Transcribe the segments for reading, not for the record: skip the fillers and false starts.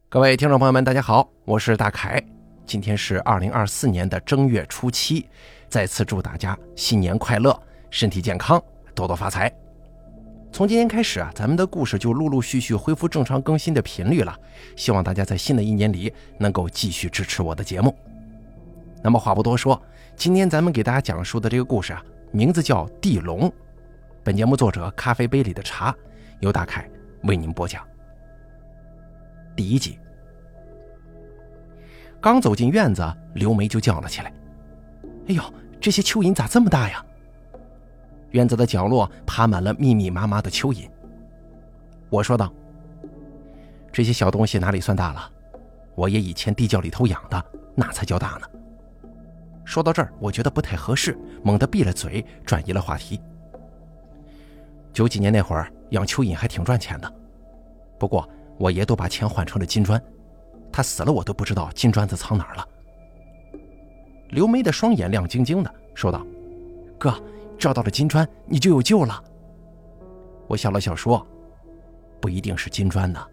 各位听众朋友们，大家好，我是大凯。今天是2024年的正月初7，再次祝大家新年快乐，身体健康，多多发财。从今天开始咱们的故事就陆陆续续恢复正常更新的频率了，希望大家在新的一年里能够继续支持我的节目。那么话不多说，今天咱们给大家讲述的这个故事名字叫地龙。本节目作者咖啡杯里的茶，由大凯为您播讲。第一集。刚走进院子，刘梅就叫了起来：哎呦，这些蚯蚓咋这么大呀？院子的角落爬满了密密麻麻的蚯蚓。我说道：这些小东西哪里算大了，我也以前地窖里头养的，那才叫大呢。说到这儿，我觉得不太合适，猛地闭了嘴，转移了话题。90几年那会儿养蚯蚓还挺赚钱的，不过我爷都把钱换成了金砖，他死了我都不知道金砖子藏哪儿了。刘梅的双眼亮晶晶的说道：哥，找到了金砖你就有救了。我笑了笑说：不一定是金砖呢。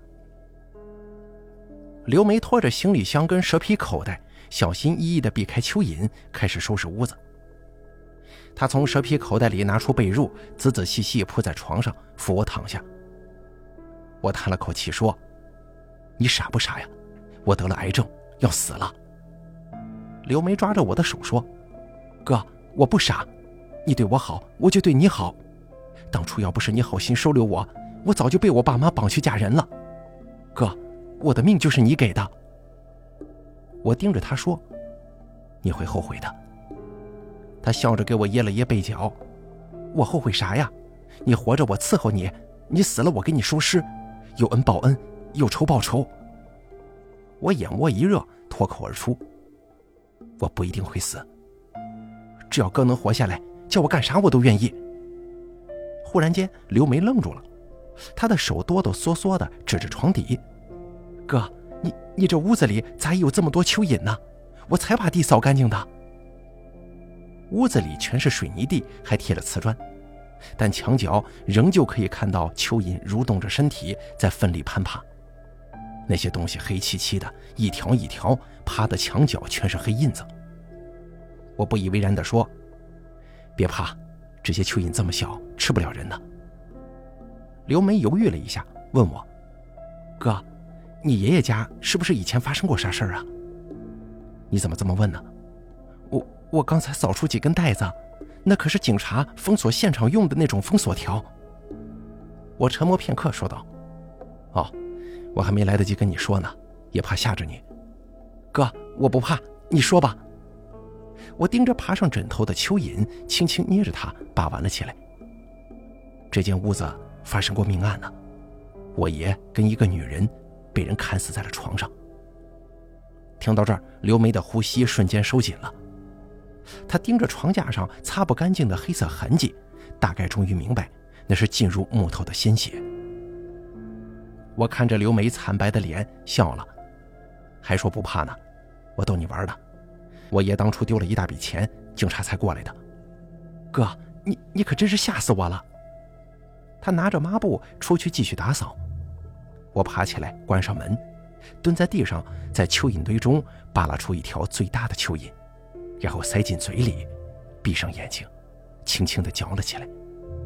刘梅拖着行李箱跟蛇皮口袋，小心翼翼地避开蚯蚓，开始收拾屋子。她从蛇皮口袋里拿出被褥，仔仔细细铺在床上，扶我躺下。我叹了口气说：你傻不傻呀，我得了癌症，要死了。刘梅抓着我的手说：哥，我不傻，你对我好，我就对你好。当初要不是你好心收留我，我早就被我爸妈绑去嫁人了。哥，我的命就是你给的。我盯着他说：你会后悔的。他笑着给我掖了掖被角：我后悔啥呀？你活着我伺候你，你死了我给你收尸，有恩报恩，有仇报仇。我眼窝一热，脱口而出：我不一定会死，只要哥能活下来，叫我干啥我都愿意。忽然间刘梅愣住了，她的手哆哆嗦嗦地指着床底：哥，你这屋子里咋有这么多蚯蚓呢？我才把地扫干净的。屋子里全是水泥地，还贴了瓷砖，但墙角仍旧可以看到蚯蚓蠕动着身体在奋力攀爬。那些东西黑漆漆的，一条一条爬的墙角全是黑印子。我不以为然地说：别怕，这些蚯蚓这么小，吃不了人的。刘梅犹豫了一下，问我：哥，你爷爷家是不是以前发生过啥事儿啊？你怎么这么问呢？我刚才扫出几根带子，那可是警察封锁现场用的那种封锁条。我沉默片刻说道：哦，我还没来得及跟你说呢，也怕吓着你。哥，我不怕，你说吧。我盯着爬上枕头的蚯蚓，轻轻捏着它把玩了起来。这间屋子发生过命案呢，我爷跟一个女人被人砍死在了床上。听到这儿，刘梅的呼吸瞬间收紧了。她盯着床架上擦不干净的黑色痕迹，大概终于明白那是进入木头的鲜血。我看着刘梅惨白的脸笑了，还说不怕呢，我逗你玩的。我爷当初丢了一大笔钱，警察才过来的。哥，你可真是吓死我了。他拿着抹布出去继续打扫。我爬起来关上门，蹲在地上，在蚯蚓堆中扒拉出一条最大的蚯蚓，然后塞进嘴里，闭上眼睛，轻轻地嚼了起来。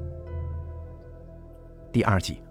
第2集。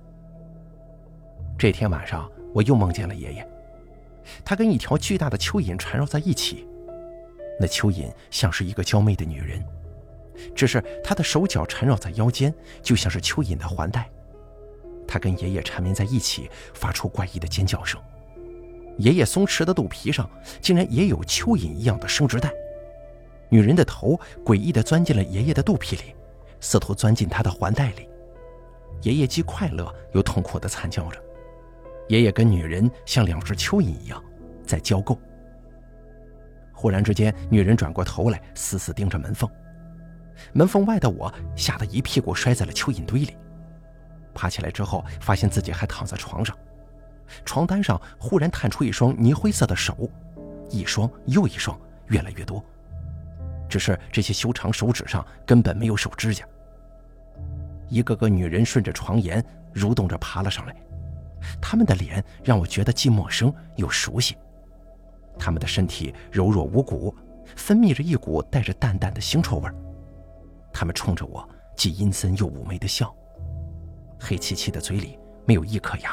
这天晚上我又梦见了爷爷，他跟一条巨大的蚯蚓缠绕在一起。那蚯蚓像是一个娇媚的女人，只是她的手脚缠绕在腰间，就像是蚯蚓的环带。她跟爷爷缠绵在一起，发出怪异的尖叫声。爷爷松弛的肚皮上竟然也有蚯蚓一样的生殖带。女人的头诡异地钻进了爷爷的肚皮里，试图钻进他的环带里。爷爷既快乐又痛苦地惨叫着。爷爷跟女人像2只蚯蚓一样在交媾。忽然之间，女人转过头来，死死盯着门缝。门缝外的我吓得一屁股摔在了蚯蚓堆里。爬起来之后，发现自己还躺在床上，床单上忽然探出一双泥灰色的手，一双又一双，越来越多。只是这些修长手指上根本没有手指甲。一个个女人顺着床沿蠕动着爬了上来，她他们的脸让我觉得既陌生又熟悉，他们的身体柔弱无骨，分泌着一股带着淡淡的腥臭味。他们冲着我既阴森又妩媚的笑，黑漆漆的嘴里没有一颗牙。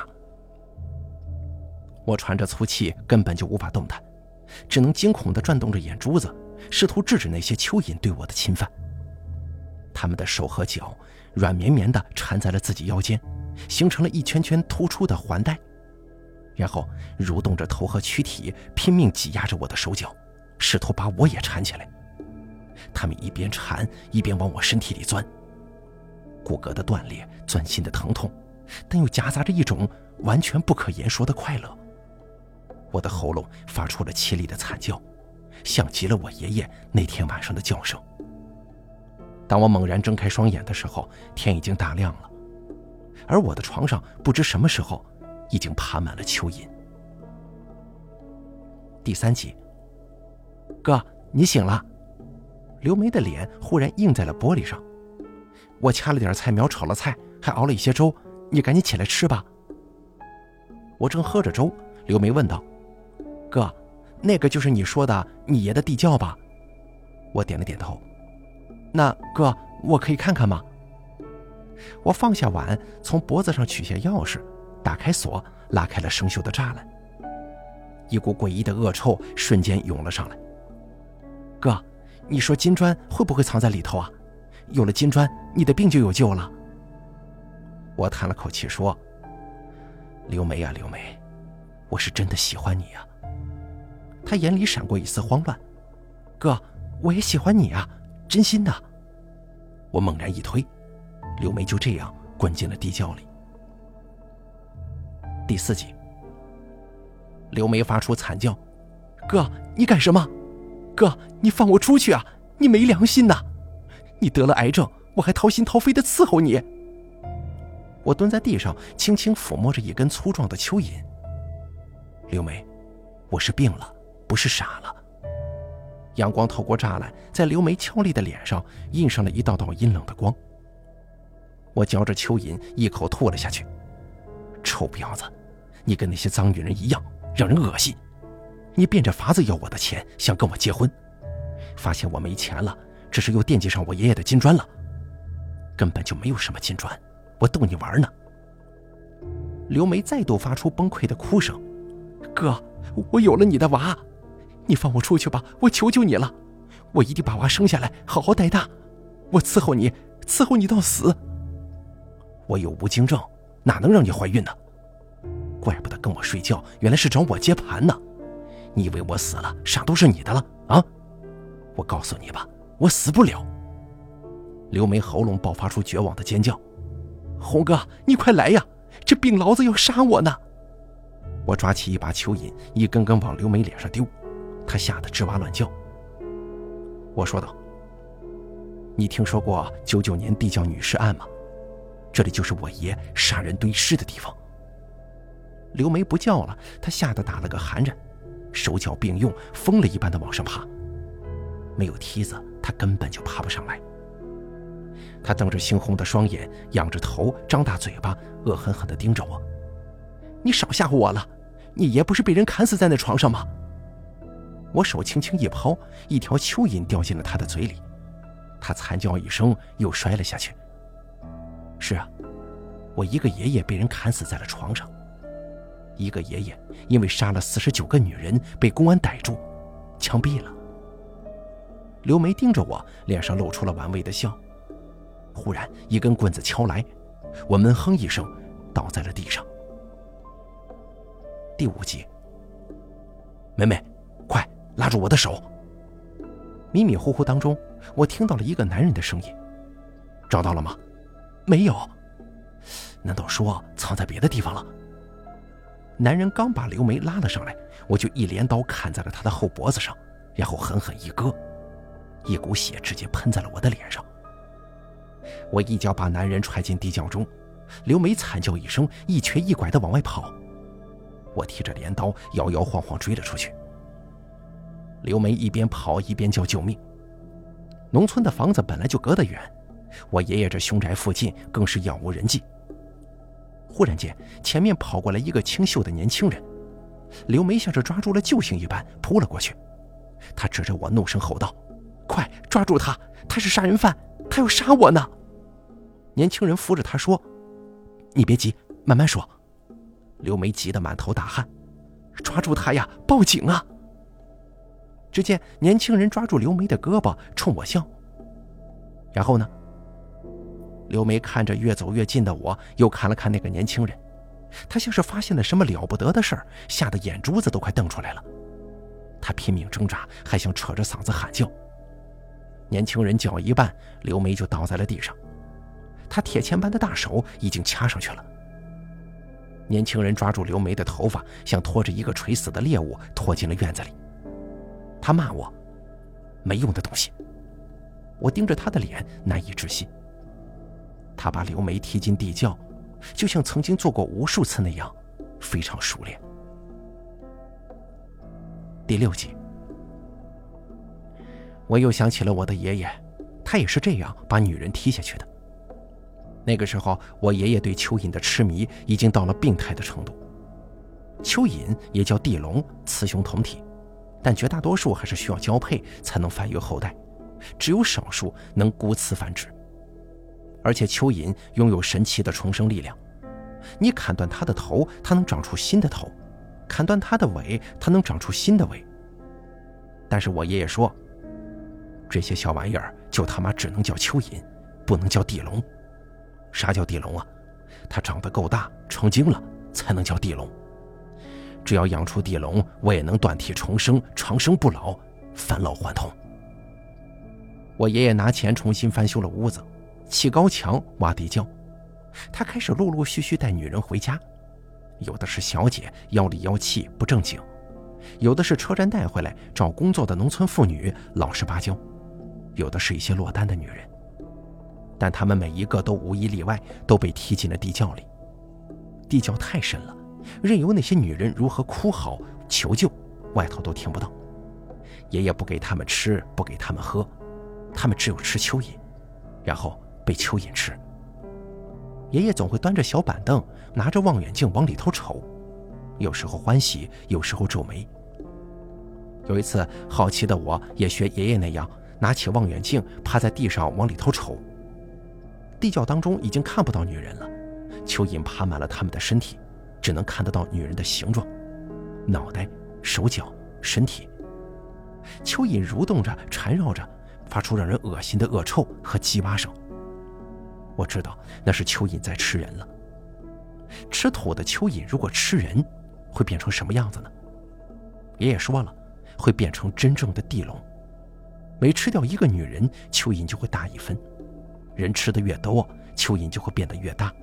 我喘着粗气，根本就无法动弹，只能惊恐地转动着眼珠子，试图制止那些蚯蚓对我的侵犯。他们的手和脚软绵绵地缠在了自己腰间，形成了一圈圈突出的环带，然后蠕动着头和躯体，拼命挤压着我的手脚，试图把我也缠起来。他们一边缠一边往我身体里钻，骨骼的断裂，钻心的疼痛，但又夹杂着一种完全不可言说的快乐。我的喉咙发出了凄厉的惨叫，像极了我爷爷那天晚上的叫声。当我猛然睁开双眼的时候，天已经大亮了，而我的床上不知什么时候已经爬满了蚯蚓。第3集，哥，你醒了。刘梅的脸忽然映在了玻璃上。我掐了点菜苗炒了菜，还熬了一些粥，你赶紧起来吃吧。我正喝着粥，刘梅问道：哥，那个就是你说的你爷的地窖吧？我点了点头。那哥，我可以看看吗？我放下碗，从脖子上取下钥匙，打开锁，拉开了生锈的栅栏。一股诡异的恶臭瞬间涌了上来。哥，你说金砖会不会藏在里头啊？有了金砖，你的病就有救了。我叹了口气说：刘梅啊刘梅，我是真的喜欢你啊。他眼里闪过一丝慌乱。哥，我也喜欢你啊，真心的。我猛然一推，刘梅就这样滚进了地窖里。第4集，刘梅发出惨叫：哥，你干什么？哥，你放我出去啊！你没良心呐！你得了癌症，我还掏心掏肺地伺候你。我蹲在地上，轻轻抚摸着一根粗壮的蚯蚓。刘梅，我是病了，不是傻了。阳光透过栅栏，在刘梅俏丽的脸上印上了一道道阴冷的光。我嚼着蚯蚓，一口吐了下去。臭婊子，你跟那些脏女人一样，让人恶心。你变着法子要我的钱，想跟我结婚，发现我没钱了，只是又惦记上我爷爷的金砖了。根本就没有什么金砖，我逗你玩呢。刘梅再度发出崩溃的哭声：哥，我有了你的娃，你放我出去吧，我求求你了，我一定把娃生下来，好好带大，我伺候你，伺候你到死。我有无精症，哪能让你怀孕呢？怪不得跟我睡觉，原来是找我接盘呢。你以为我死了，啥都是你的了啊？我告诉你吧，我死不了。刘梅喉咙爆发出绝望的尖叫：红哥，你快来呀，这病痨子要杀我呢！我抓起一把蚯蚓，一根根往刘梅脸上丢，她吓得吱哇乱叫。我说道：你听说过99年地窖女尸案吗？这里就是我爷杀人堆尸的地方。刘梅不叫了，她吓得打了个寒颤，手脚并用，疯了一般的往上爬。没有梯子，她根本就爬不上来。她瞪着猩红的双眼，仰着头，张大嘴巴，恶狠狠地盯着我：你少吓唬我了，你爷不是被人砍死在那床上吗？我手轻轻一抛，一条蚯蚓掉进了她的嘴里，她惨叫一声，又摔了下去。是啊，我一个爷爷被人砍死在了床上，一个爷爷因为杀了49个女人被公安逮住，枪毙了。刘梅盯着我，脸上露出了玩味的笑。忽然一根棍子敲来，我闷哼一声，倒在了地上。第5集，梅梅，快拉住我的手。迷迷糊糊当中，我听到了一个男人的声音：找到了吗？没有。难道说藏在别的地方了？男人刚把刘梅拉了上来，我就一镰刀砍在了他的后脖子上，然后狠狠一割，一股血直接喷在了我的脸上。我一脚把男人踹进地窖中，刘梅惨叫一声，一瘸一拐地往外跑。我提着镰刀摇摇晃晃追了出去。刘梅一边跑一边叫救命。农村的房子本来就隔得远，我爷爷这凶宅附近更是杳无人迹。 忽然间，前面跑过来一个清秀的年轻人，刘梅像是抓住了救星一般扑了过去。他指着我怒声吼道：“快抓住他！他是杀人犯，他要杀我呢！”年轻人扶着他说：“你别急，慢慢说。”刘梅急得满头大汗：“抓住他呀，报警啊！”只见年轻人抓住刘梅的胳膊冲我笑。然后呢？刘梅看着越走越近的我，又看了看那个年轻人，他像是发现了什么了不得的事儿，吓得眼珠子都快瞪出来了。他拼命挣扎，还想扯着嗓子喊叫。年轻人叫一半，刘梅就倒在了地上，他铁钳般的大手已经掐上去了。年轻人抓住刘梅的头发，像拖着一个垂死的猎物拖进了院子里。他骂我没用的东西。我盯着他的脸难以置信。他把刘梅踢进地窖，就像曾经做过无数次那样，非常熟练。第6集，我又想起了我的爷爷，他也是这样把女人踢下去的。那个时候，我爷爷对蚯蚓的痴迷已经到了病态的程度。蚯蚓也叫地龙，雌雄同体，但绝大多数还是需要交配才能繁育后代，只有少数能孤雌繁殖。而且蚯蚓拥有神奇的重生力量，你砍断它的头，它能长出新的头；砍断它的尾，它能长出新的尾。但是我爷爷说，这些小玩意儿就他妈只能叫蚯蚓，不能叫地龙。啥叫地龙啊？它长得够大，成精了才能叫地龙。只要养出地龙，我也能断体重生，长生不老，返老还童。我爷爷拿钱重新翻修了屋子，砌高墙，挖地窖。他开始陆陆续续带女人回家，有的是小姐，妖里妖气，不正经；有的是车站带回来找工作的农村妇女，老实巴交；有的是一些落单的女人。但他们每一个都无一例外都被踢进了地窖里。地窖太深了，任由那些女人如何哭嚎求救，外头都听不到。爷爷不给他们吃，不给他们喝，他们只有吃蚯蚓，然后被蚯蚓吃。爷爷总会端着小板凳，拿着望远镜往里头瞅，有时候欢喜，有时候皱眉。有一次，好奇的我也学爷爷那样，拿起望远镜，趴在地上往里头瞅。地窖当中已经看不到女人了，蚯蚓爬满了他们的身体，只能看得到女人的形状，脑袋、手脚、身体。蚯蚓蠕动着，缠绕着，发出让人恶心的恶臭和鸡巴声。我知道那是蚯蚓在吃人了。吃土的蚯蚓如果吃人，会变成什么样子呢？爷爷说了，会变成真正的地龙。每吃掉一个女人，蚯蚓就会大一分。人吃的越多，蚯蚓就会变得越大。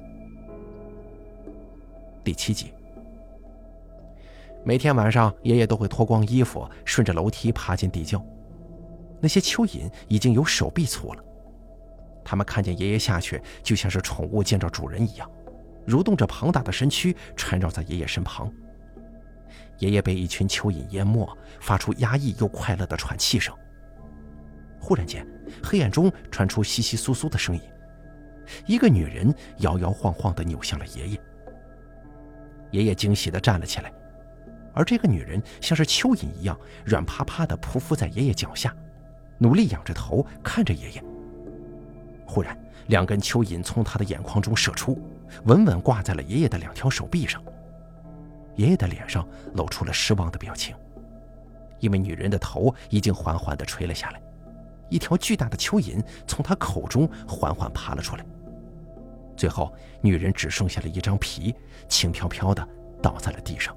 第7集，每天晚上爷爷都会脱光衣服，顺着楼梯爬进地窖。那些蚯蚓已经有手臂粗了，他们看见爷爷下去，就像是宠物见着主人一样，蠕动着庞大的身躯缠绕在爷爷身旁。爷爷被一群蚯蚓淹没，发出压抑又快乐的喘气声。忽然间，黑暗中传出窸窸窣窣的声音，一个女人摇摇晃晃地扭向了爷爷。爷爷惊喜地站了起来，而这个女人像是蚯蚓一样软趴趴地匍匐在爷爷脚下，努力仰着头看着爷爷。忽然，2根蚯蚓从他的眼眶中射出，稳稳挂在了爷爷的2条手臂上。爷爷的脸上露出了失望的表情，因为女人的头已经缓缓地垂了下来，一条巨大的蚯蚓从他口中缓缓爬了出来。最后，女人只剩下了一张皮，轻飘飘地倒在了地上。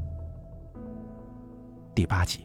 第8集，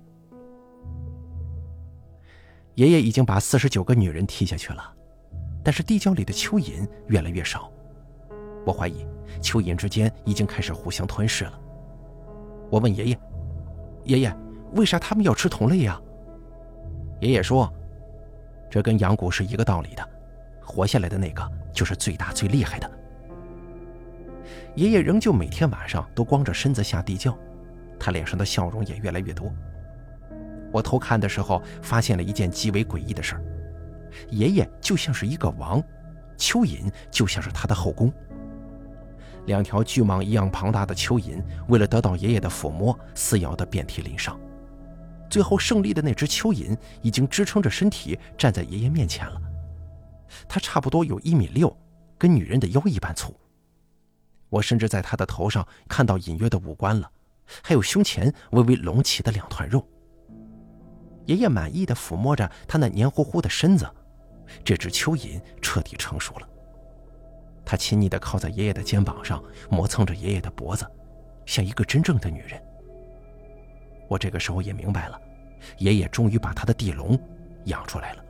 爷爷已经把49个女人踢下去了，但是地窖里的蚯蚓越来越少。我怀疑蚯蚓之间已经开始互相吞噬了。我问爷爷：“爷爷，为啥他们要吃同类呀？”爷爷说：“这跟养蛊是一个道理的，活下来的那个就是最大最厉害的。”爷爷仍旧每天晚上都光着身子下地窖，他脸上的笑容也越来越多。我偷看的时候，发现了一件极为诡异的事儿：爷爷就像是一个王，蚯蚓就像是他的后宫。 2条巨蟒一样庞大的蚯蚓为了得到爷爷的抚摸，撕咬得遍体鳞伤。最后胜利的那只蚯蚓已经支撑着身体站在爷爷面前了，它差不多有1.6米，跟女人的腰一般粗。我甚至在它的头上看到隐约的五官了，还有胸前微微隆起的2团肉。爷爷满意地抚摸着它那黏糊糊的身子，这只蚯蚓彻底成熟了。他亲昵地靠在爷爷的肩膀上，磨蹭着爷爷的脖子，像一个真正的女人。我这个时候也明白了，爷爷终于把他的地龙养出来了。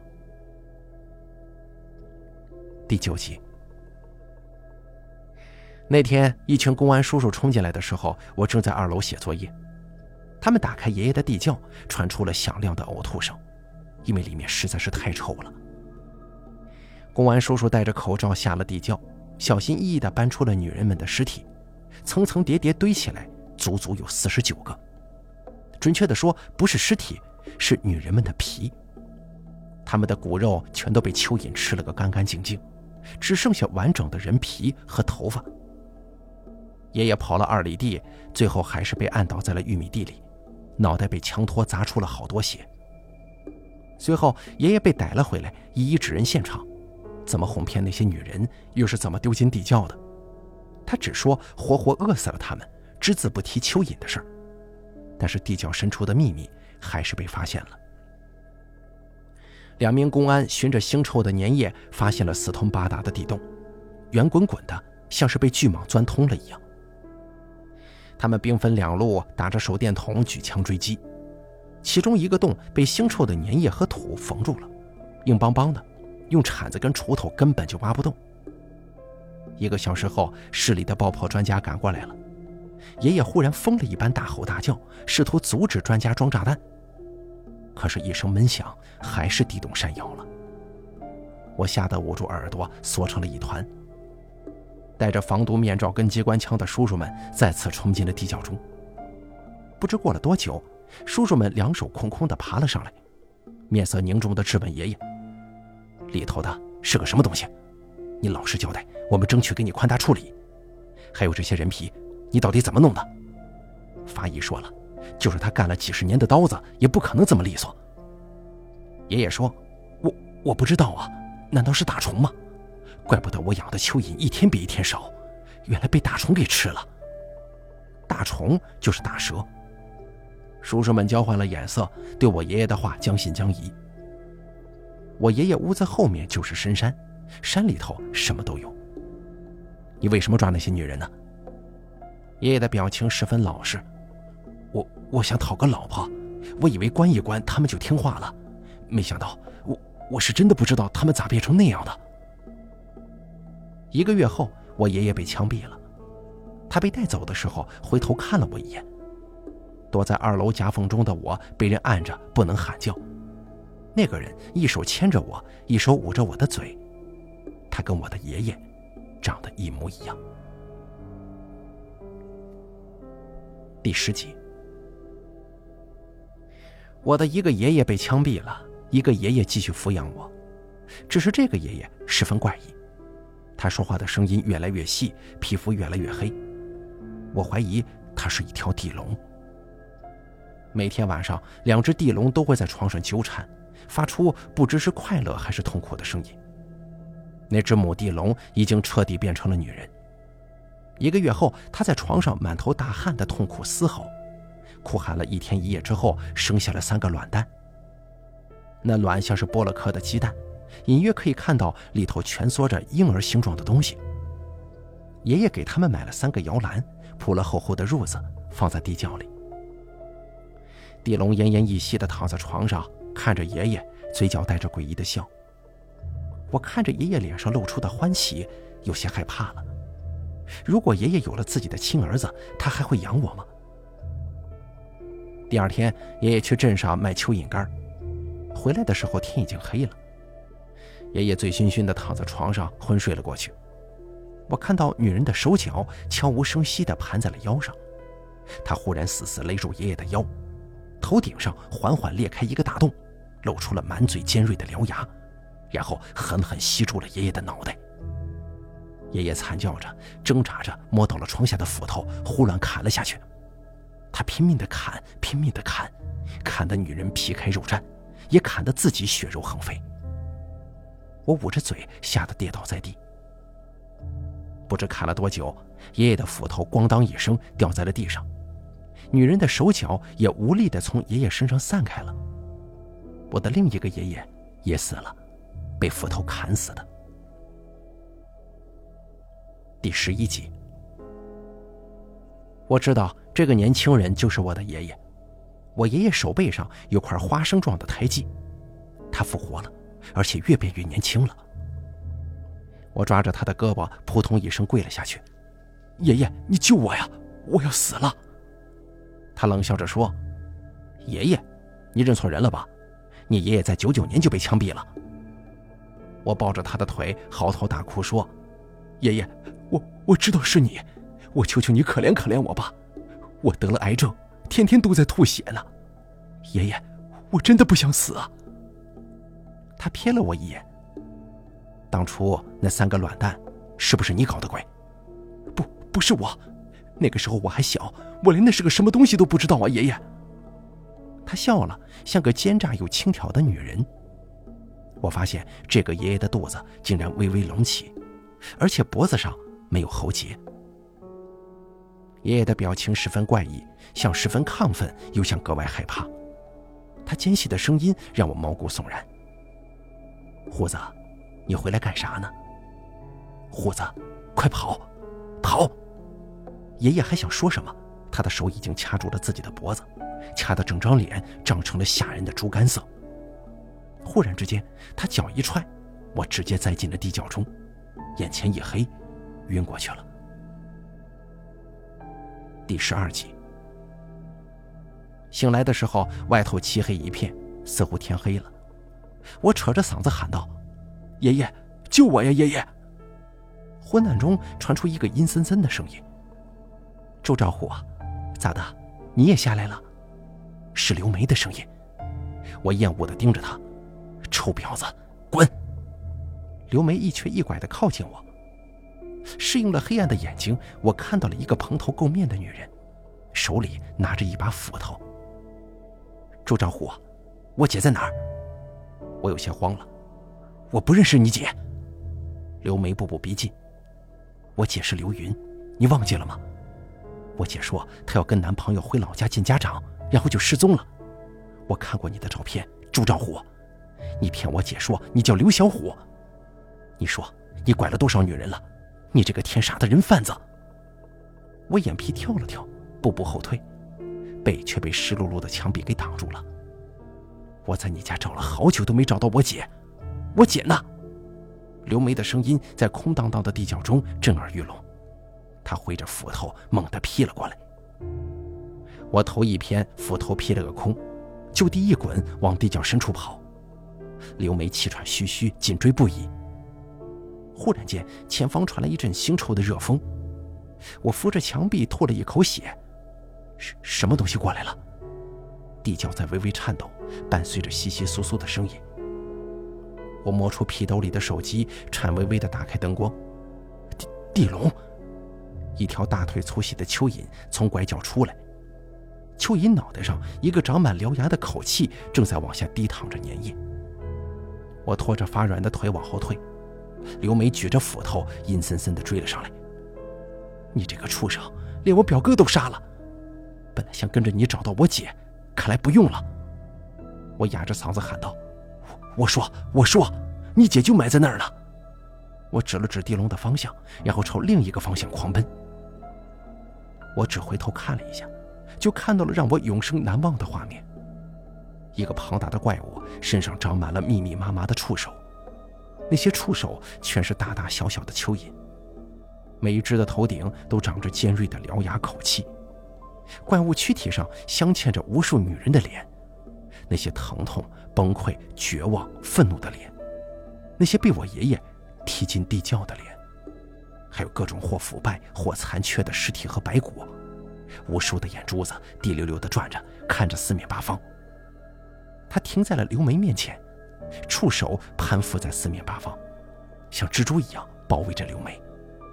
第9集。那天一群公安叔叔冲进来的时候，我正在2楼写作业。他们打开爷爷的地窖，传出了响亮的呕吐声，因为里面实在是太臭了。公安叔叔戴着口罩下了地窖，小心翼翼地搬出了女人们的尸体，层层叠叠堆起来，足足有49个。准确地说，不是尸体，是女人们的皮。她们的骨肉全都被蚯蚓吃了个干干净净，只剩下完整的人皮和头发。爷爷跑了2里地，最后还是被按倒在了玉米地里，脑袋被枪托砸出了好多血。随后爷爷被逮了回来，一一指认现场，怎么哄骗那些女人，又是怎么丢进地窖的。他只说活活饿死了他们，只字不提蚯蚓的事儿。但是地窖深处的秘密还是被发现了。2名公安循着腥臭的粘液发现了4通8达的地洞，圆滚滚的，像是被巨蟒钻通了一样。他们兵分2路，打着手电筒举枪追击。其中一个洞被腥臭的粘液和土缝住了，硬邦邦的，用铲子跟锄头根本就挖不动。1个小时后，市里的爆破专家赶过来了。爷爷忽然疯了一般大吼大叫，试图阻止专家装炸弹。可是一声闷响，还是地动山摇了。我吓得捂住耳朵，缩成了一团。戴着防毒面罩跟机关枪的叔叔们再次冲进了地窖中。不知过了多久，叔叔们2手空空地爬了上来，面色凝重地质问爷爷：“里头的是个什么东西？你老实交代，我们争取给你宽大处理。还有这些人皮，你到底怎么弄的？”法医说了，就是他干了几十年的刀子，也不可能这么利索。爷爷说：“我不知道啊，难道是大虫吗？怪不得我养的蚯蚓一天比一天少，原来被大虫给吃了。”大虫就是大蛇。叔叔们交换了眼色，对我爷爷的话将信将疑。我爷爷屋子后面就是深山，山里头什么都有。你为什么抓那些女人呢？爷爷的表情十分老实。我想讨个老婆，我以为关一关他们就听话了，没想到我是真的不知道他们咋变成那样的。1个月后，我爷爷被枪毙了。他被带走的时候，回头看了我一眼。躲在2楼夹缝中的我被人按着，不能喊叫。那个人一手牵着我，一手捂着我的嘴，他跟我的爷爷长得一模一样。第10集。我的一个爷爷被枪毙了，一个爷爷继续抚养我，只是这个爷爷十分怪异，他说话的声音越来越细，皮肤越来越黑，我怀疑他是一条地龙。每天晚上2只地龙都会在床上纠缠，发出不知是快乐还是痛苦的声音。那只母地龙已经彻底变成了女人。1个月后，她在床上满头大汗的痛苦嘶吼，哭喊了1天1夜之后，生下了3个卵蛋。那卵像是剥了壳的鸡蛋，隐约可以看到里头蜷缩着婴儿形状的东西。爷爷给他们买了3个摇篮，铺了厚厚的褥子，放在地窖里。地龙奄奄一息地躺在床上，看着爷爷，嘴角带着诡异的笑。我看着爷爷脸上露出的欢喜，有些害怕了。如果爷爷有了自己的亲儿子，他还会养我吗？第2天，爷爷去镇上卖蚯蚓干，回来的时候天已经黑了。爷爷醉醺醺地躺在床上，昏睡了过去。我看到女人的手脚悄无声息地盘在了腰上，她忽然死死勒住爷爷的腰，头顶上缓缓裂开一个大洞，露出了满嘴尖锐的獠牙，然后狠狠吸住了爷爷的脑袋。 爷爷惨叫着，挣扎着摸到了床下的斧头，胡乱砍了下去。他拼命地砍，拼命地砍，砍得女人皮开肉绽，也砍得自己血肉横飞。我捂着嘴，吓得跌倒在地。不知砍了多久，爷爷的斧头咣当一声掉在了地上，女人的手脚也无力地从爷爷身上散开了。我的另一个爷爷也死了，被斧头砍死的。第11集。我知道这个年轻人就是我的爷爷。我爷爷手背上有块花生状的胎记，他复活了，而且越变越年轻了。我抓着他的胳膊，扑通一声跪了下去。爷爷，你救我呀，我要死了。他冷笑着说，爷爷，你认错人了吧？你爷爷在99年就被枪毙了。我抱着他的腿嚎啕大哭说，爷爷，我知道是你，我求求你可怜可怜我吧，我得了癌症，天天都在吐血呢。爷爷，我真的不想死啊。他瞥了我一眼，当初那3个卵蛋是不是你搞的鬼？不是我，那个时候我还小，我连那是个什么东西都不知道啊，爷爷。他笑了，像个奸诈又轻佻的女人。我发现这个爷爷的肚子竟然微微隆起，而且脖子上没有喉结。爷爷的表情十分怪异，像十分亢奋，又像格外害怕。他尖细的声音让我毛骨悚然。胡子，你回来干啥呢？胡子，快跑，跑！爷爷还想说什么，他的手已经掐住了自己的脖子，掐得整张脸涨成了吓人的猪肝色。忽然之间，他脚一踹，我直接栽进了地窖中，眼前一黑，晕过去了。第12集。醒来的时候，外头漆黑一片，似乎天黑了。我扯着嗓子喊道，爷爷，救我呀，爷爷！昏暗中传出一个阴森森的声音，周兆虎啊，咋的，你也下来了？是刘梅的声音。我厌恶地盯着他，臭婊子，滚！刘梅一瘸一拐地靠近我，适应了黑暗的眼睛，我看到了一个蓬头垢面的女人，手里拿着一把斧头。周兆虎，我姐在哪儿？我有些慌了，我不认识你姐。刘梅步步逼近，我姐是刘云，你忘记了吗？我姐说她要跟男朋友回老家见家长，然后就失踪了。我看过你的照片，周兆虎，你骗我姐说你叫刘小虎。你说你拐了多少女人了？你这个天杀的人贩子！我眼皮跳了跳，步步后退，背却被湿漉漉的墙壁给挡住了。我在你家找了好久都没找到我姐，我姐呢？刘梅的声音在空荡荡的地窖中震耳欲聋，她挥着斧头猛地劈了过来。我头一偏，斧头劈了个空，就地一滚往地窖深处跑。刘梅气喘吁吁，紧追不已。忽然间，前方传来一阵腥臭的热风，我扶着墙壁吐了一口血。什么东西过来了？地窖在微微颤抖，伴随着窸窸窣窣的声音。我摸出皮兜里的手机，颤巍巍地打开灯光。地龙！一条大腿粗细的蚯蚓从拐角出来，蚯蚓脑袋上一个长满獠牙的口器正在往下滴淌着粘液。我拖着发软的腿往后退，刘梅举着斧头阴森森地追了上来。你这个畜生，连我表哥都杀了！本来想跟着你找到我姐，看来不用了。我哑着嗓子喊道，我说你姐就埋在那儿呢。我指了指地龙的方向，然后朝另一个方向狂奔。我只回头看了一下，就看到了让我永生难忘的画面。一个庞大的怪物身上长满了密密麻麻的触手，那些触手全是大大小小的蚯蚓，每一只的头顶都长着尖锐的獠牙口器。怪物躯体上镶嵌着无数女人的脸，那些疼痛、崩溃、绝望、愤怒的脸，那些被我爷爷踢进地窖的脸，还有各种或腐败或残缺的尸体和白骨。无数的眼珠子滴溜溜地转着，看着四面八方。他停在了刘梅面前，触手攀附在四面八方，像蜘蛛一样包围着刘梅。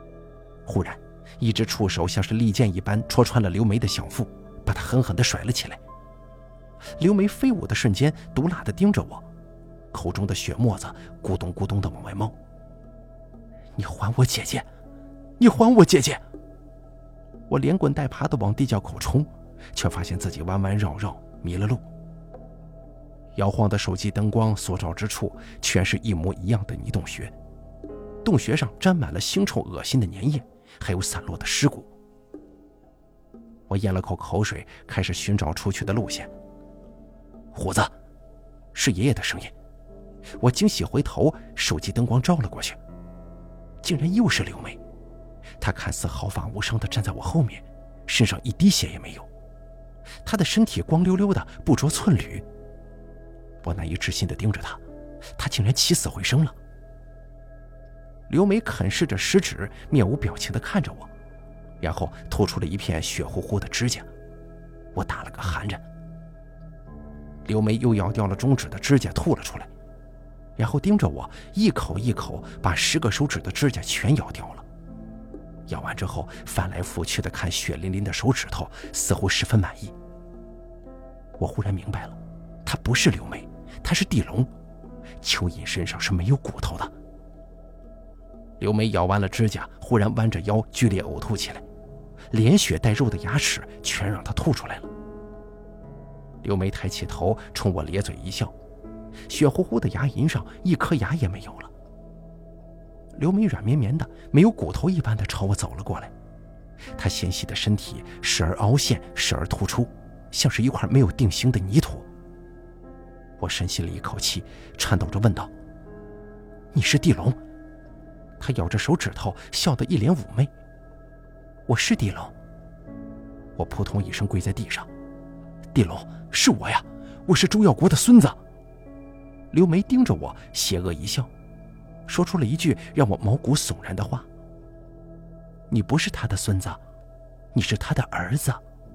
忽然，一只触手像是利剑一般戳穿了刘梅的小腹，把她狠狠地甩了起来。刘梅飞舞的瞬间，毒辣地盯着我，口中的血沫子咕咚咕咚地往外冒。你还我姐姐！你还我姐姐！我连滚带爬地往地窖口冲，却发现自己弯弯绕绕，迷了路。摇晃的手机灯光所照之处，全是一模一样的泥洞穴，洞穴上沾满了腥臭恶心的粘液，还有散落的尸骨。我咽了口口水，开始寻找出去的路线。虎子，是爷爷的声音。我惊喜回头，手机灯光照了过去，竟然又是刘梅。她看似毫发无伤地站在我后面，身上一滴血也没有，她的身体光溜溜的，不着寸缕。我难以置信地盯着她，她竟然起死回生了。刘梅啃噬着食指，面无表情地看着我，然后吐出了一片血乎乎的指甲。我打了个寒颤。刘梅又咬掉了中指的指甲，吐了出来，然后盯着我，一口一口把10个手指的指甲全咬掉了。咬完之后，翻来覆去地看血淋淋的手指头，似乎十分满意。我忽然明白了，她不是刘梅，她是地龙。蚯蚓身上是没有骨头的。刘梅咬完了指甲，忽然弯着腰剧烈呕吐起来，连血带肉的牙齿全让她吐出来了。刘梅抬起头冲我咧嘴一笑，血乎乎的牙龈上一颗牙也没有了。刘梅软绵绵的，没有骨头一般的朝我走了过来，她纤细的身体时而凹陷，时而突出，像是一块没有定型的泥土。我深吸了一口气，颤抖着问道：你是地龙？她咬着手指头，笑得一脸妩媚。我是地龙。我扑通一声跪在地上。地龙，是我呀，我是周耀国的孙子。刘梅盯着我，邪恶一笑，说出了一句让我毛骨悚然的话：你不是他的孙子，你是他的儿子。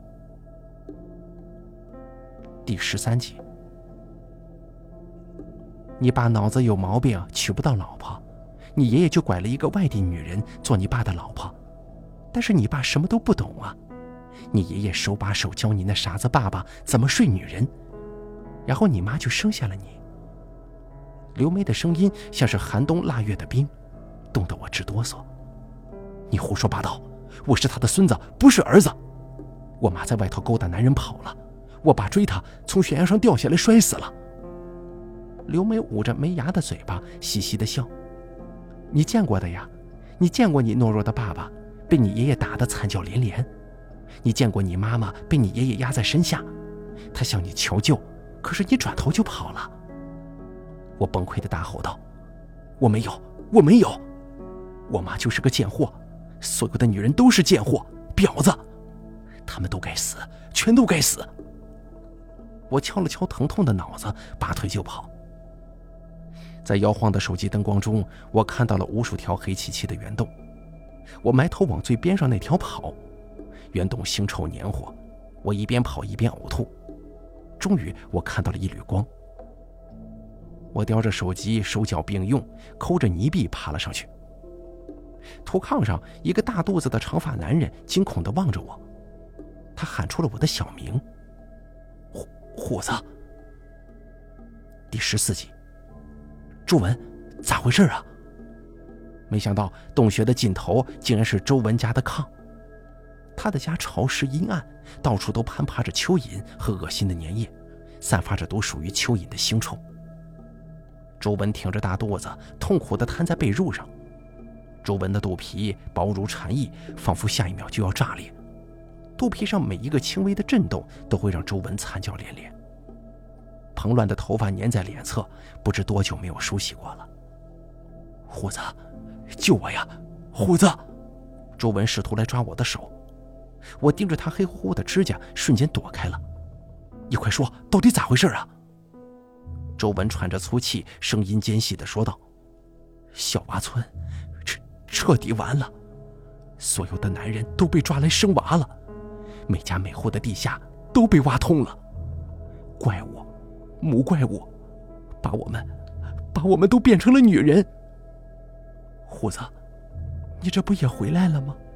第13集。你爸脑子有毛病，娶不到老婆，你爷爷就拐了一个外地女人做你爸的老婆，但是你爸什么都不懂啊，你爷爷手把手教你那傻子爸爸怎么睡女人，然后你妈就生下了你。刘梅的声音像是寒冬腊月的冰，冻得我直哆嗦。你胡说八道，我是他的孙子，不是儿子。我妈在外头勾搭男人跑了，我爸追她，从悬崖上掉下来摔死了。刘梅捂着没牙的嘴巴，嘻嘻地笑。你见过的呀，你见过你懦弱的爸爸被你爷爷打得惨叫连连，你见过你妈妈被你爷爷压在身下，他向你求救，可是你转头就跑了。我崩溃地大吼道：我没有，我没有，我妈就是个贱货，所有的女人都是贱货，婊子，她们都该死，全都该死。我敲了敲疼痛的脑子，拔腿就跑。在摇晃的手机灯光中，我看到了无数条黑漆漆的圆洞。我埋头往最边上那条跑，圆洞腥臭黏糊，我一边跑一边呕吐。终于我看到了一缕光，我叼着手机，手脚并用，抠着泥壁爬了上去。土炕上，一个大肚子的长发男人惊恐地望着我，他喊出了我的小名：虎子。第14集。周文，咋回事啊？没想到洞穴的尽头竟然是周文家的炕。他的家潮湿阴暗，到处都攀爬着蚯蚓和恶心的粘液，散发着独属于蚯蚓的腥臭。周文挺着大肚子，痛苦地瘫在被褥上。周文的肚皮薄如蝉翼，仿佛下一秒就要炸裂。肚皮上每一个轻微的震动都会让周文惨叫连连。蓬乱的头发粘在脸侧，不知多久没有梳洗过了。虎子，救我呀！虎子！周文试图来抓我的手，我盯着他黑乎乎的指甲，瞬间躲开了。你快说，到底咋回事啊？周文喘着粗气，声音尖细地说道：小娃村彻底完了，所有的男人都被抓来生娃了，每家每户的地下都被挖通了，怪物母怪物把我们都变成了女人。虎子，你这不也回来了吗？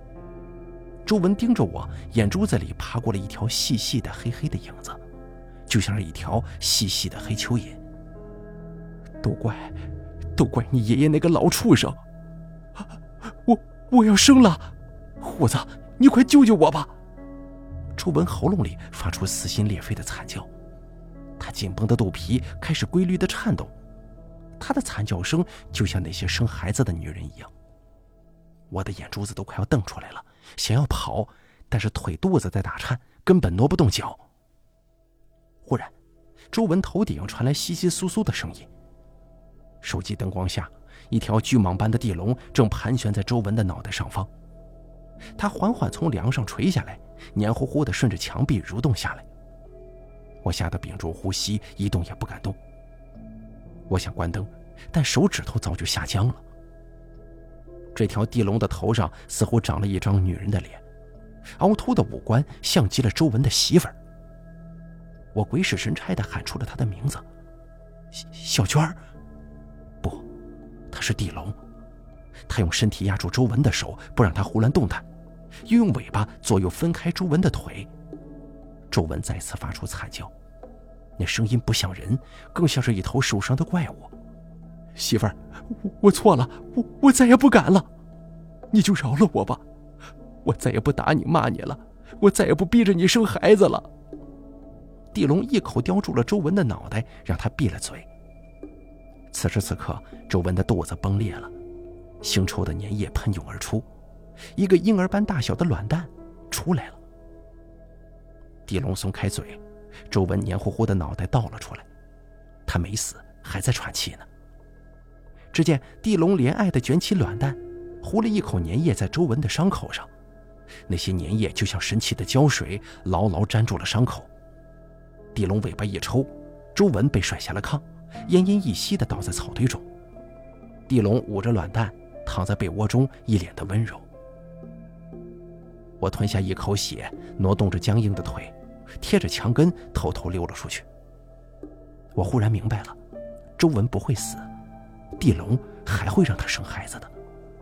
周文盯着我，眼珠子里爬过了一条细细的黑黑的影子，就像是一条细细的黑蚯蚓。都怪你爷爷那个老畜生！我要生了！虎子，你快救救我吧！周文喉咙里发出撕心裂肺的惨叫，他紧绷的肚皮开始规律的颤动，他的惨叫声就像那些生孩子的女人一样。我的眼珠子都快要瞪出来了，想要跑，但是腿肚子在打颤，根本挪不动脚。忽然，周文头顶传来窸窸窣窣的声音。手机灯光下，一条巨蟒般的地龙正盘旋在周文的脑袋上方，它缓缓从梁上垂下来，黏糊糊地顺着墙壁蠕动下来。我吓得屏住呼吸，一动也不敢动。我想关灯，但手指头早就下僵了。这条地龙的头上似乎长了一张女人的脸，凹凸的五官像极了周文的媳妇儿。我鬼使神差地喊出了她的名字：小娟儿。不，她是地龙。她用身体压住周文的手，不让他胡乱动弹，又用尾巴左右分开周文的腿。周文再次发出惨叫，那声音不像人，更像是一头受伤的怪物。媳妇儿，我错了，我再也不敢了，你就饶了我吧，我再也不打你骂你了，我再也不逼着你生孩子了。地龙一口叼住了周文的脑袋，让他闭了嘴。此时此刻，周文的肚子崩裂了，腥臭的粘液喷涌而出，一个婴儿般大小的卵蛋出来了。地龙松开嘴，周文黏糊糊的脑袋倒了出来，他没死，还在喘气呢。只见地龙怜爱地卷起卵蛋，糊了一口粘液在周文的伤口上，那些粘液就像神奇的胶水，牢牢粘住了伤口。地龙尾巴一抽，周文被甩下了炕，奄奄一息地倒在草堆中。地龙捂着卵蛋，躺在被窝中，一脸的温柔。我吞下一口血，挪动着僵硬的腿，贴着墙根偷偷溜了出去。我忽然明白了，周文不会死，地龙还会让他生孩子的。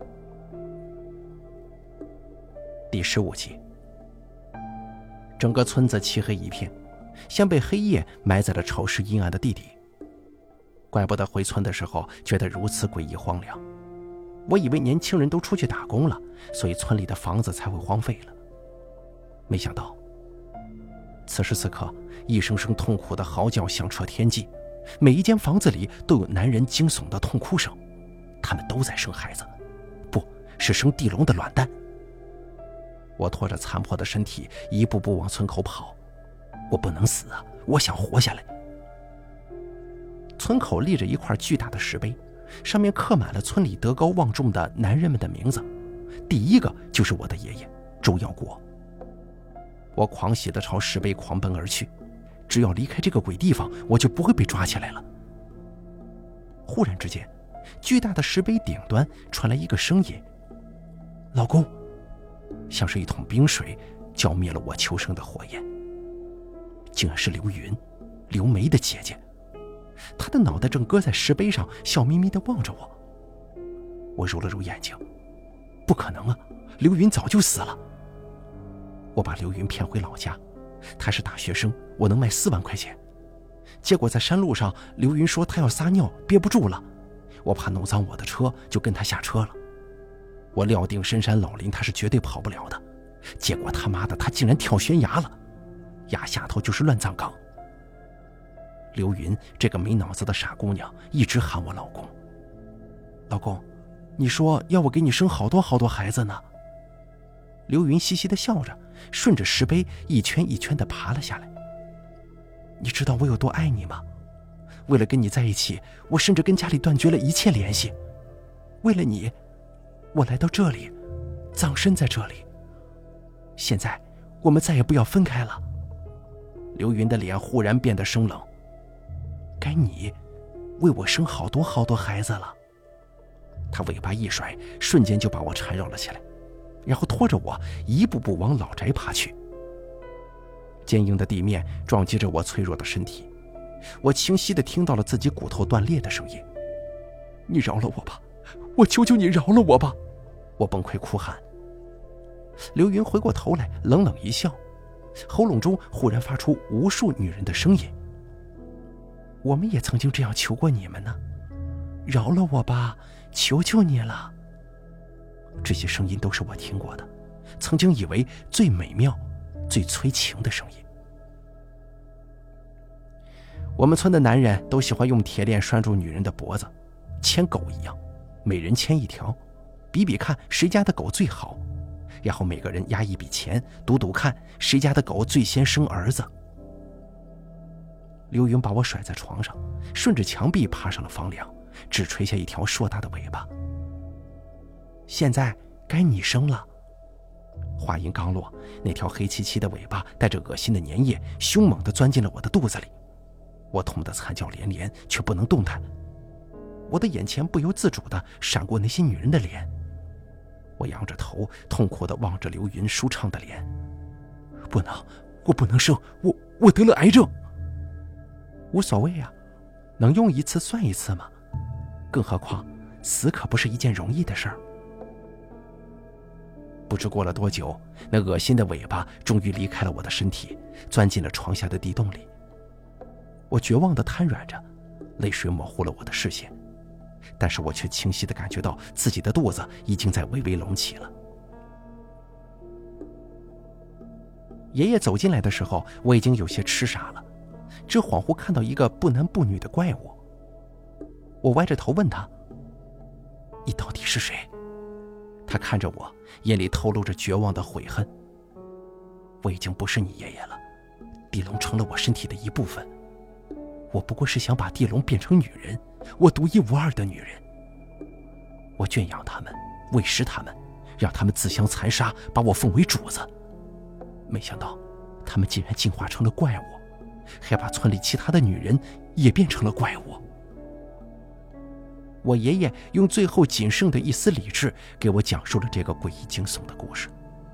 第15集，整个村子漆黑一片，像被黑夜埋在了潮湿阴暗的地底。怪不得回村的时候觉得如此诡异荒凉，我以为年轻人都出去打工了，所以村里的房子才会荒废了。没想到此时此刻，一声声痛苦的嚎叫响彻天际，每一间房子里都有男人惊悚的痛哭声，他们都在生孩子，不是生地龙的卵蛋。我拖着残破的身体一步步往村口跑，我不能死啊，我想活下来。村口立着一块巨大的石碑，上面刻满了村里德高望重的男人们的名字，第一个就是我的爷爷周耀国。我狂喜地朝石碑狂奔而去，只要离开这个鬼地方，我就不会被抓起来了。忽然之间，巨大的石碑顶端传来一个声音：老公，像是一桶冰水浇灭了我求生的火焰。竟然是刘云，刘梅的姐姐。她的脑袋正搁在石碑上，笑眯眯地望着我。我揉了揉眼睛，不可能啊，刘云早就死了。我把刘云骗回老家，他是大学生，我能卖4万块钱。结果在山路上，刘云说他要撒尿，憋不住了，我怕弄脏我的车，就跟他下车了。我料定深山老林他是绝对跑不了的，结果他妈的他竟然跳悬崖了，崖下头就是乱葬岗。刘云这个没脑子的傻姑娘一直喊我老公。老公，你说要我给你生好多好多孩子呢。刘云嘻嘻地笑着，顺着石碑一圈一圈地爬了下来。你知道我有多爱你吗？为了跟你在一起，我甚至跟家里断绝了一切联系。为了你，我来到这里，葬身在这里。现在我们再也不要分开了。刘云的脸忽然变得生冷。该你为我生好多好多孩子了。他尾巴一甩，瞬间就把我缠绕了起来，然后拖着我一步步往老宅爬去。坚硬的地面撞击着我脆弱的身体，我清晰地听到了自己骨头断裂的声音。你饶了我吧，我求求你饶了我吧！我崩溃哭喊。 刘云回过头来，冷冷一笑，喉咙中忽然发出无数女人的声音：“我们也曾经这样求过你们呢，饶了我吧，求求你了。”这些声音都是我听过的，曾经以为最美妙、最催情的声音。我们村的男人都喜欢用铁链拴住女人的脖子，牵狗一样，每人牵一条，比比看谁家的狗最好，然后每个人押一笔钱，赌赌看谁家的狗最先生儿子。刘云把我甩在床上，顺着墙壁爬上了房梁，只垂下一条硕大的尾巴。现在该你生了。话音刚落，那条黑漆漆的尾巴带着恶心的粘液，凶猛地钻进了我的肚子里。我痛得惨叫连连，却不能动弹。我的眼前不由自主地闪过那些女人的脸。我仰着头，痛苦地望着刘云舒畅的脸。不能，我不能生，我得了癌症。无所谓啊，能用一次算一次嘛。更何况，死可不是一件容易的事儿。不知过了多久，那恶心的尾巴终于离开了我的身体，钻进了床下的地洞里。我绝望地瘫软着，泪水模糊了我的视线，但是我却清晰地感觉到自己的肚子已经在微微隆起了。爷爷走进来的时候，我已经有些痴傻了，只恍惚看到一个不男不女的怪物。我歪着头问他：“你到底是谁？”他看着我，眼里透露着绝望的悔恨。我已经不是你爷爷了，地龙成了我身体的一部分。我不过是想把地龙变成女人，我独一无二的女人。我圈养他们，喂食他们，让他们自相残杀，把我奉为主子。没想到，他们竟然进化成了怪物，还把村里其他的女人也变成了怪物。我爷爷用最后仅剩的一丝理智给我讲述了这个诡异惊悚的故事。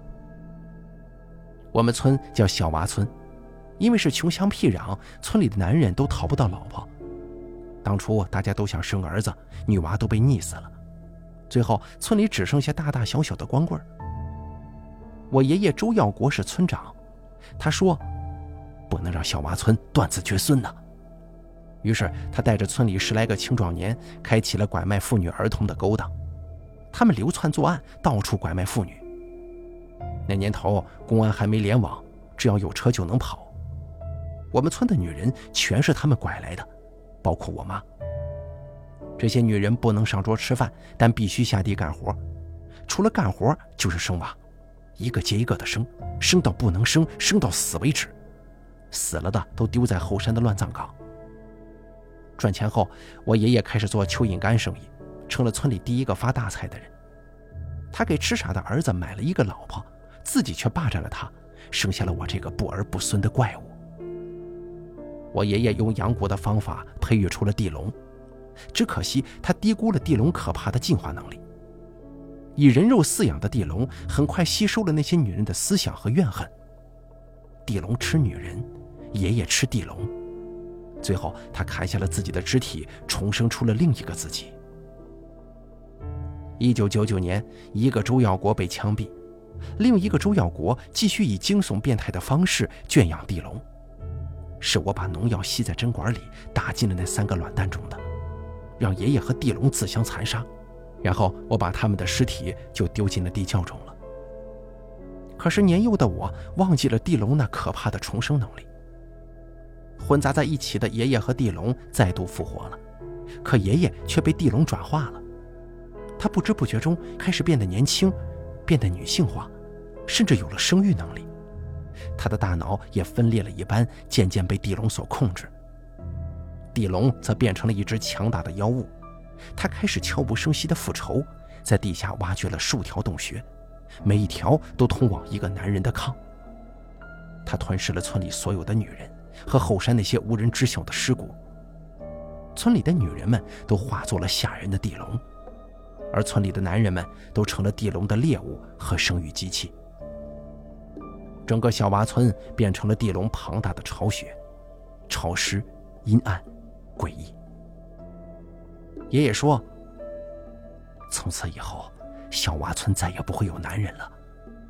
我们村叫小娃村，因为是穷乡僻壤，村里的男人都讨不到老婆。当初大家都想生儿子，女娃都被溺死了，最后村里只剩下大大小小的光棍。我爷爷周耀国是村长，他说不能让小娃村断子绝孙呢。于是他带着村里10来个青壮年，开启了拐卖妇女儿童的勾当。他们流窜作案，到处拐卖妇女。那年头公安还没联网，只要有车就能跑。我们村的女人全是他们拐来的，包括我妈。这些女人不能上桌吃饭，但必须下地干活，除了干活就是生娃，一个接一个的生，生到不能生，生到死为止。死了的都丢在后山的乱葬岗。赚钱后，我爷爷开始做蚯蚓干生意，成了村里第一个发大财的人。他给痴傻的儿子买了一个老婆，自己却霸占了他，生下了我这个不儿不孙的怪物。我爷爷用养蛊的方法培育出了地龙，只可惜他低估了地龙可怕的进化能力。以人肉饲养的地龙很快吸收了那些女人的思想和怨恨。地龙吃女人，爷爷吃地龙，最后他砍下了自己的肢体，重生出了另一个自己。1999年，一个周耀国被枪毙，另一个周耀国继续以惊悚变态的方式圈养地龙。是我把农药吸在针管里，打进了那3个卵蛋中的，让爷爷和地龙自相残杀，然后我把他们的尸体就丢进了地窖中了。可是年幼的我忘记了地龙那可怕的重生能力。混杂在一起的爷爷和地龙再度复活了，可爷爷却被地龙转化了。他不知不觉中开始变得年轻，变得女性化，甚至有了生育能力。他的大脑也分裂了一般，渐渐被地龙所控制。地龙则变成了一只强大的妖物，他开始悄无声息地复仇，在地下挖掘了数条洞穴，每一条都通往一个男人的炕。他吞噬了村里所有的女人和后山那些无人知晓的尸骨。村里的女人们都化作了吓人的地龙，而村里的男人们都成了地龙的猎物和生育机器。整个小娃村变成了地龙庞大的巢穴，潮湿、阴暗、诡异。爷爷说，从此以后，小娃村再也不会有男人了，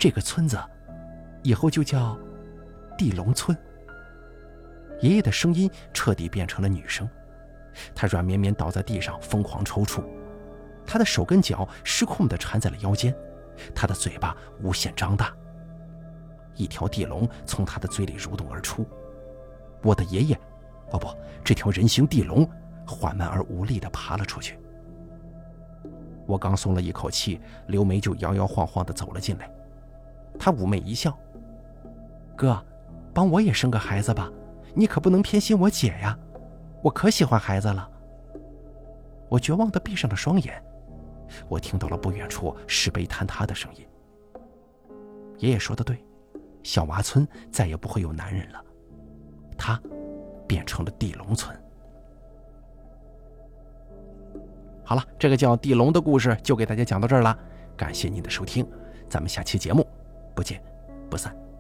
这个村子以后就叫地龙村。爷爷的声音彻底变成了女声，他软绵绵倒在地上，疯狂抽搐，他的手跟脚失控地缠在了腰间，他的嘴巴无限张大，一条地龙从他的嘴里蠕动而出。我的爷爷，哦不，这条人形地龙缓慢而无力地爬了出去。我刚松了一口气，刘梅就摇摇晃晃地走了进来。她妩媚一笑：“哥，帮我也生个孩子吧，你可不能偏心我姐呀，我可喜欢孩子了。”我绝望地闭上了双眼，我听到了不远处石碑坍塌的声音。爷爷说得对，小娃村再也不会有男人了，他变成了地龙村。好了，这个叫地龙的故事就给大家讲到这儿了，感谢您的收听，咱们下期节目不见不散。